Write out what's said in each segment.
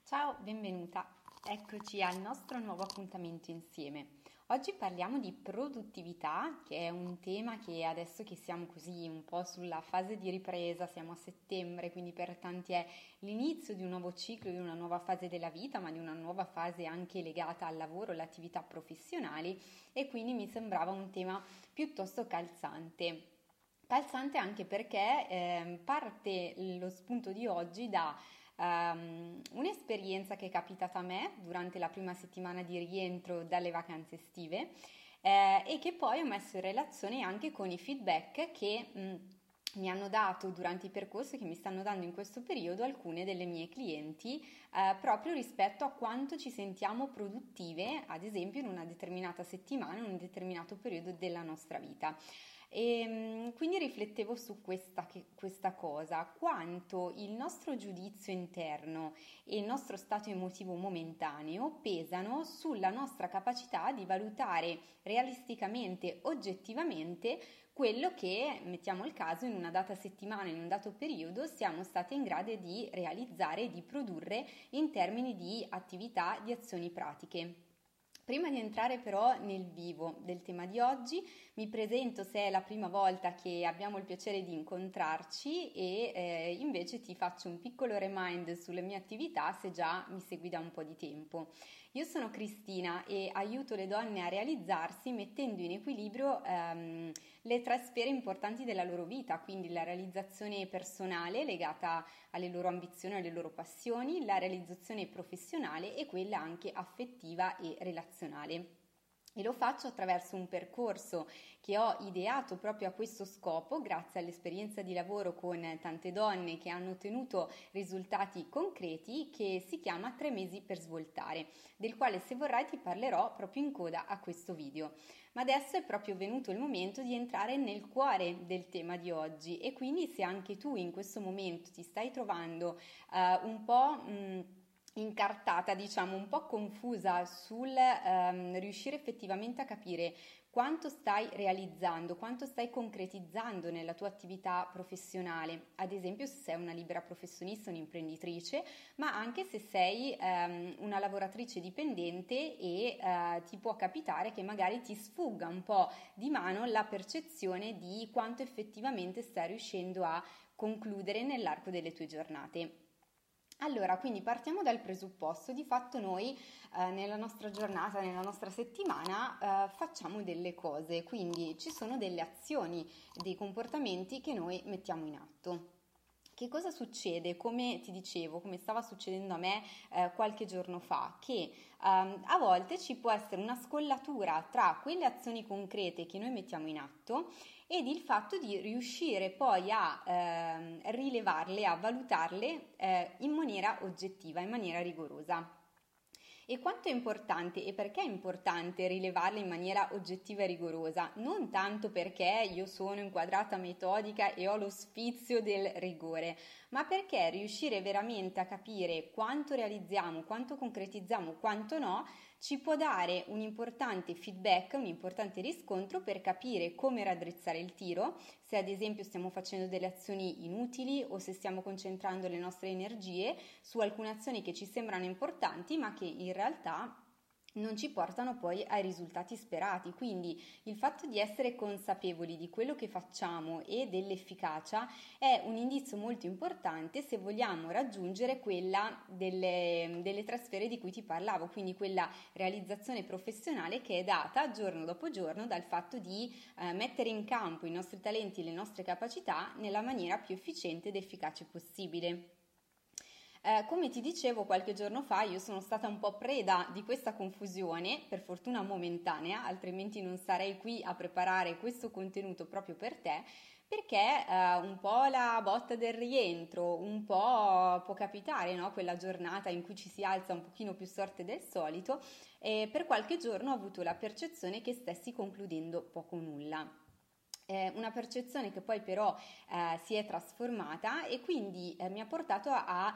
Ciao, benvenuta. Eccoci al nostro nuovo appuntamento insieme. Oggi parliamo di produttività, che è un tema che adesso che siamo così un po' sulla fase di ripresa, siamo a settembre, quindi per tanti è l'inizio di un nuovo ciclo, di una nuova fase della vita, ma di una nuova fase anche legata al lavoro, alle attività professionali e quindi mi sembrava un tema piuttosto calzante. Calzante anche perché parte lo spunto di oggi da un'esperienza che è capitata a me durante la prima settimana di rientro dalle vacanze estive e che poi ho messo in relazione anche con i feedback che mi hanno dato durante il percorso e che mi stanno dando in questo periodo alcune delle mie clienti proprio rispetto a quanto ci sentiamo produttive, ad esempio in una determinata settimana, in un determinato periodo della nostra vita. E quindi riflettevo su questa cosa, quanto il nostro giudizio interno e il nostro stato emotivo momentaneo pesano sulla nostra capacità di valutare realisticamente, oggettivamente, quello che, mettiamo il caso, in una data settimana, in un dato periodo, siamo state in grado di realizzare e di produrre in termini di attività, di azioni pratiche. Prima di entrare però nel vivo del tema di oggi, mi presento se è la prima volta che abbiamo il piacere di incontrarci e invece ti faccio un piccolo remind sulle mie attività se già mi segui da un po' di tempo. Io sono Cristina e aiuto le donne a realizzarsi mettendo in equilibrio le tre sfere importanti della loro vita, quindi la realizzazione personale legata alle loro ambizioni, alle loro passioni, la realizzazione professionale e quella anche affettiva e relazionale. E lo faccio attraverso un percorso che ho ideato proprio a questo scopo, grazie all'esperienza di lavoro con tante donne che hanno ottenuto risultati concreti, che si chiama 3 mesi per svoltare, del quale se vorrai ti parlerò proprio in coda a questo video. Ma adesso è proprio venuto il momento di entrare nel cuore del tema di oggi e quindi se anche tu in questo momento ti stai trovando un po' incartata, diciamo, un po' confusa sul riuscire effettivamente a capire quanto stai realizzando, quanto stai concretizzando nella tua attività professionale, ad esempio se sei una libera professionista, un'imprenditrice, ma anche se sei una lavoratrice dipendente e ti può capitare che magari ti sfugga un po' di mano la percezione di quanto effettivamente stai riuscendo a concludere nell'arco delle tue giornate. Allora, quindi partiamo dal presupposto, di fatto noi nella nostra giornata, nella nostra settimana facciamo delle cose, quindi ci sono delle azioni, dei comportamenti che noi mettiamo in atto. Che cosa succede? Come ti dicevo, come stava succedendo a me qualche giorno fa, che a volte ci può essere una scollatura tra quelle azioni concrete che noi mettiamo in atto ed il fatto di riuscire poi a rilevarle, a valutarle in maniera oggettiva, in maniera rigorosa. E quanto è importante e perché è importante rilevarle in maniera oggettiva e rigorosa? Non tanto perché io sono inquadrata metodica e ho lo sfizio del rigore, ma perché riuscire veramente a capire quanto realizziamo, quanto concretizziamo, quanto no, ci può dare un importante feedback, un importante riscontro per capire come raddrizzare il tiro, se ad esempio stiamo facendo delle azioni inutili o se stiamo concentrando le nostre energie su alcune azioni che ci sembrano importanti ma che in realtà non ci portano poi ai risultati sperati. Quindi il fatto di essere consapevoli di quello che facciamo e dell'efficacia è un indizio molto importante se vogliamo raggiungere quella delle tre sfere di cui ti parlavo, quindi quella realizzazione professionale che è data giorno dopo giorno dal fatto di mettere in campo i nostri talenti e le nostre capacità nella maniera più efficiente ed efficace possibile. Come ti dicevo qualche giorno fa, io sono stata un po' preda di questa confusione, per fortuna momentanea, altrimenti non sarei qui a preparare questo contenuto proprio per te, perché un po' la botta del rientro, un po' può capitare, no? Quella giornata in cui ci si alza un pochino più forte del solito, e per qualche giorno ho avuto la percezione che stessi concludendo poco o nulla. Una percezione che poi però si è trasformata e quindi mi ha portato a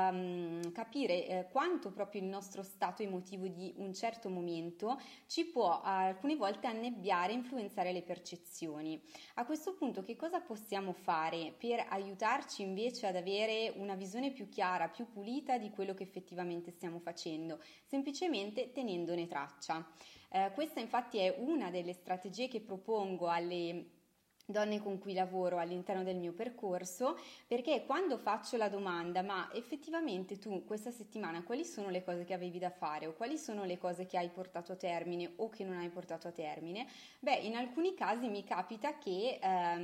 capire quanto proprio il nostro stato emotivo di un certo momento ci può alcune volte annebbiare, influenzare le percezioni. A questo punto che cosa possiamo fare per aiutarci invece ad avere una visione più chiara, più pulita di quello che effettivamente stiamo facendo? Semplicemente tenendone traccia. Questa infatti è una delle strategie che propongo alle donne con cui lavoro all'interno del mio percorso, perché quando faccio la domanda ma effettivamente tu questa settimana quali sono le cose che avevi da fare o quali sono le cose che hai portato a termine o che non hai portato a termine, in alcuni casi mi capita che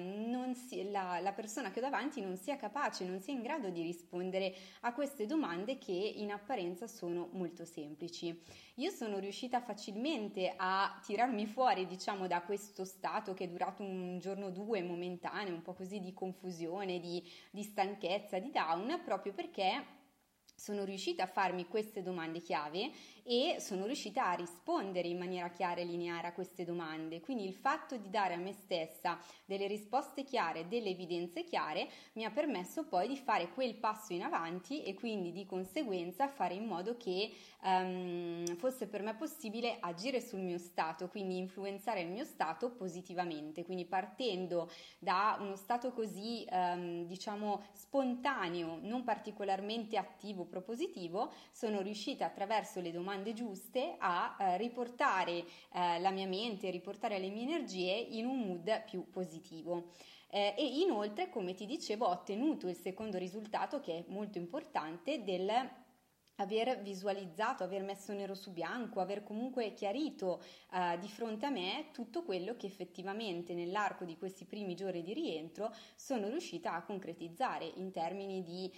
la persona che ho davanti non sia capace, non sia in grado di rispondere a queste domande che in apparenza sono molto semplici. Io sono riuscita facilmente a tirarmi fuori, diciamo, da questo stato che è durato un giorno o due momentaneo, un po' così di confusione, di stanchezza, di down, proprio perché sono riuscita a farmi queste domande chiave e sono riuscita a rispondere in maniera chiara e lineare a queste domande. Quindi il fatto di dare a me stessa delle risposte chiare, delle evidenze chiare, mi ha permesso poi di fare quel passo in avanti e quindi di conseguenza fare in modo che fosse per me possibile agire sul mio stato, quindi influenzare il mio stato positivamente. Quindi partendo da uno stato così diciamo spontaneo, non particolarmente attivo, propositivo, sono riuscita attraverso le domande giuste a riportare la mia mente, riportare le mie energie in un mood più positivo. E inoltre, come ti dicevo, ho ottenuto il secondo risultato che è molto importante del aver visualizzato, aver messo nero su bianco, aver comunque chiarito di fronte a me tutto quello che effettivamente nell'arco di questi primi giorni di rientro sono riuscita a concretizzare in termini di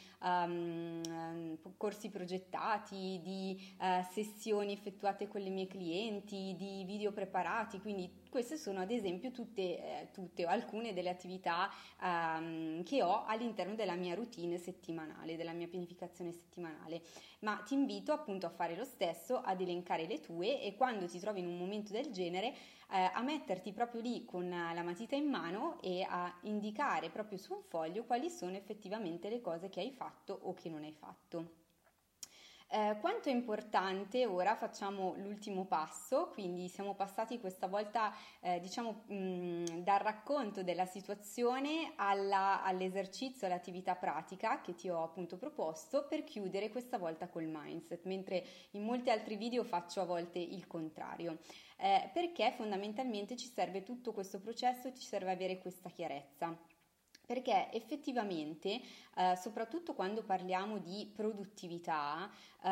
corsi progettati, di sessioni effettuate con le mie clienti, di video preparati, quindi queste sono ad esempio tutte o alcune delle attività che ho all'interno della mia routine settimanale, della mia pianificazione settimanale. Ma ti invito appunto a fare lo stesso, ad elencare le tue e quando ti trovi in un momento del genere a metterti proprio lì con la matita in mano e a indicare proprio su un foglio quali sono effettivamente le cose che hai fatto o che non hai fatto. Quanto è importante, ora facciamo l'ultimo passo, quindi siamo passati questa volta dal racconto della situazione all'esercizio, all'attività pratica che ti ho appunto proposto per chiudere questa volta col mindset, mentre in molti altri video faccio a volte il contrario, perché fondamentalmente ci serve tutto questo processo e ci serve avere questa chiarezza. Perché effettivamente, soprattutto quando parliamo di produttività,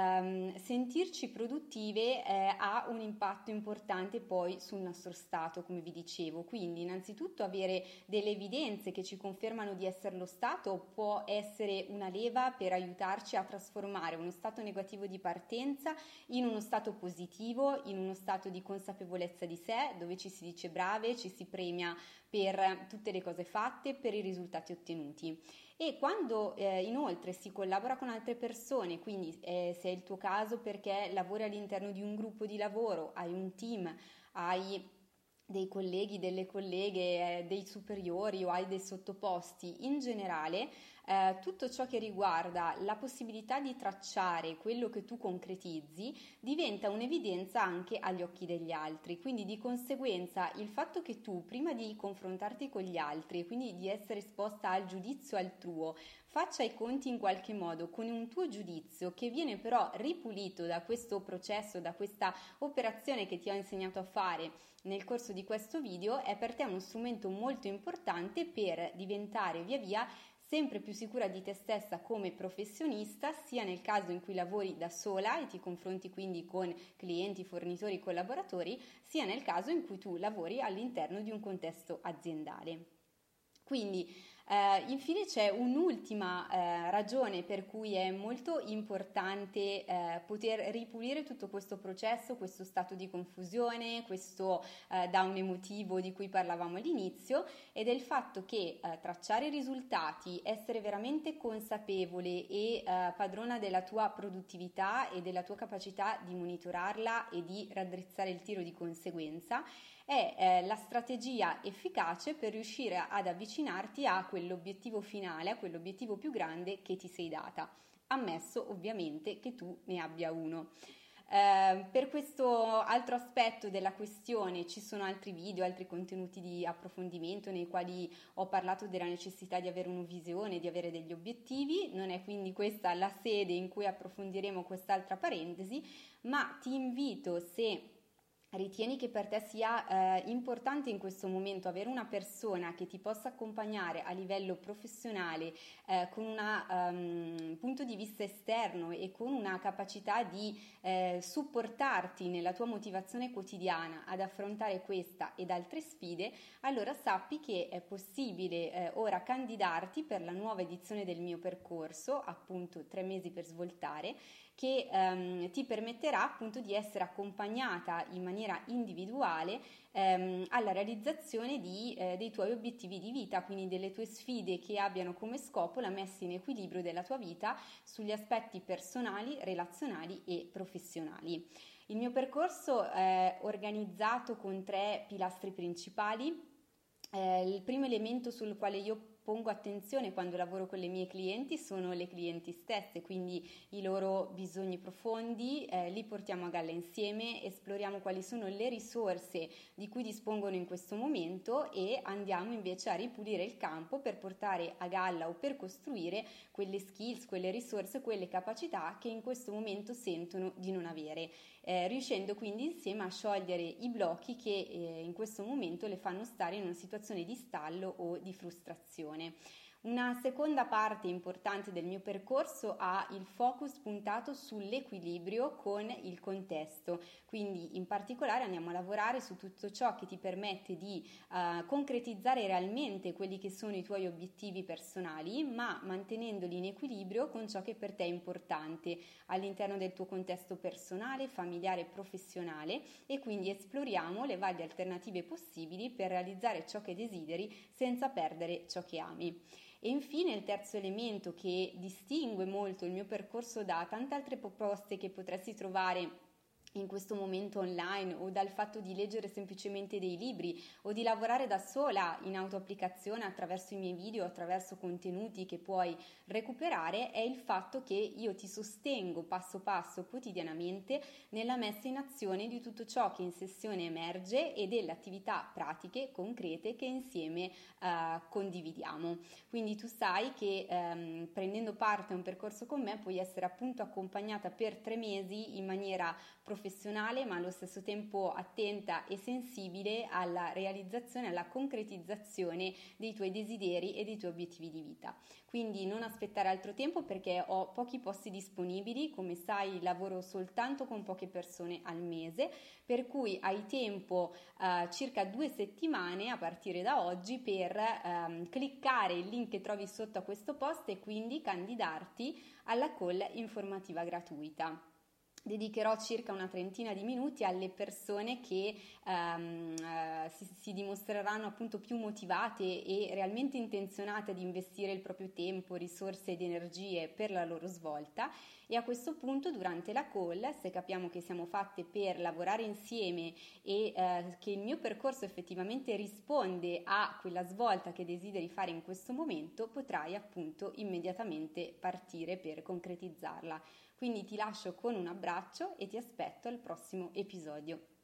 sentirci produttive ha un impatto importante poi sul nostro stato, come vi dicevo. Quindi innanzitutto avere delle evidenze che ci confermano di essere lo stato può essere una leva per aiutarci a trasformare uno stato negativo di partenza in uno stato positivo, in uno stato di consapevolezza di sé, dove ci si dice brave, ci si premia per tutte le cose fatte, per i risultati ottenuti. E quando inoltre si collabora con altre persone, quindi se è il tuo caso perché lavori all'interno di un gruppo di lavoro, hai un team, hai dei colleghi, delle colleghe, dei superiori o hai dei sottoposti, in generale tutto ciò che riguarda la possibilità di tracciare quello che tu concretizzi diventa un'evidenza anche agli occhi degli altri, quindi di conseguenza il fatto che tu prima di confrontarti con gli altri e quindi di essere esposta al giudizio altrui faccia i conti in qualche modo con un tuo giudizio che viene però ripulito da questo processo, da questa operazione che ti ho insegnato a fare nel corso di questo video, è per te uno strumento molto importante per diventare via via sempre più sicura di te stessa come professionista, sia nel caso in cui lavori da sola e ti confronti quindi con clienti, fornitori, collaboratori, sia nel caso in cui tu lavori all'interno di un contesto aziendale. Quindi infine c'è un'ultima ragione per cui è molto importante poter ripulire tutto questo processo, questo stato di confusione, questo down emotivo di cui parlavamo all'inizio, ed è il fatto che tracciare i risultati, essere veramente consapevole e padrona della tua produttività e della tua capacità di monitorarla e di raddrizzare il tiro di conseguenza è la strategia efficace per riuscire ad avvicinarti a quell'obiettivo finale, a quell'obiettivo più grande che ti sei data, ammesso ovviamente che tu ne abbia uno. Per questo altro aspetto della questione ci sono altri video, altri contenuti di approfondimento nei quali ho parlato della necessità di avere una visione, di avere degli obiettivi. Non è quindi questa la sede in cui approfondiremo quest'altra parentesi, ma ti invito, se ritieni che per te sia importante in questo momento avere una persona che ti possa accompagnare a livello professionale con un punto di vista esterno e con una capacità di supportarti nella tua motivazione quotidiana ad affrontare questa ed altre sfide, allora sappi che è possibile ora candidarti per la nuova edizione del mio percorso, appunto 3 mesi per svoltare, che ti permetterà appunto di essere accompagnata in maniera individuale alla realizzazione dei tuoi obiettivi di vita, quindi delle tue sfide che abbiano come scopo la messa in equilibrio della tua vita sugli aspetti personali, relazionali e professionali. Il mio percorso è organizzato con 3 pilastri principali. Il primo elemento sul quale io pongo attenzione quando lavoro con le mie clienti sono le clienti stesse, quindi i loro bisogni profondi, li portiamo a galla insieme, esploriamo quali sono le risorse di cui dispongono in questo momento e andiamo invece a ripulire il campo per portare a galla o per costruire quelle skills, quelle risorse, quelle capacità che in questo momento sentono di non avere, riuscendo quindi insieme a sciogliere i blocchi che in questo momento le fanno stare in una situazione di stallo o di frustrazione. Una seconda parte importante del mio percorso ha il focus puntato sull'equilibrio con il contesto, quindi in particolare andiamo a lavorare su tutto ciò che ti permette di concretizzare realmente quelli che sono i tuoi obiettivi personali, ma mantenendoli in equilibrio con ciò che per te è importante all'interno del tuo contesto personale, familiare e professionale, e quindi esploriamo le varie alternative possibili per realizzare ciò che desideri senza perdere ciò che ami. E infine il terzo elemento che distingue molto il mio percorso da tante altre proposte che potresti trovare in questo momento online, o dal fatto di leggere semplicemente dei libri o di lavorare da sola in autoapplicazione attraverso i miei video, attraverso contenuti che puoi recuperare, è il fatto che io ti sostengo passo passo quotidianamente nella messa in azione di tutto ciò che in sessione emerge e delle attività pratiche concrete che insieme condividiamo. Quindi tu sai che prendendo parte a un percorso con me puoi essere appunto accompagnata per 3 mesi in maniera professionale, ma allo stesso tempo attenta e sensibile alla realizzazione, alla concretizzazione dei tuoi desideri e dei tuoi obiettivi di vita. Quindi non aspettare altro tempo, perché ho pochi posti disponibili, come sai lavoro soltanto con poche persone al mese, per cui hai tempo circa 2 settimane a partire da oggi per cliccare il link che trovi sotto a questo post e quindi candidarti alla call informativa gratuita. Dedicherò circa una 30 di minuti alle persone che si dimostreranno appunto più motivate e realmente intenzionate ad investire il proprio tempo, risorse ed energie per la loro svolta, e a questo punto durante la call, se capiamo che siamo fatte per lavorare insieme e che il mio percorso effettivamente risponde a quella svolta che desideri fare in questo momento, potrai appunto immediatamente partire per concretizzarla. Quindi ti lascio con un abbraccio e ti aspetto al prossimo episodio.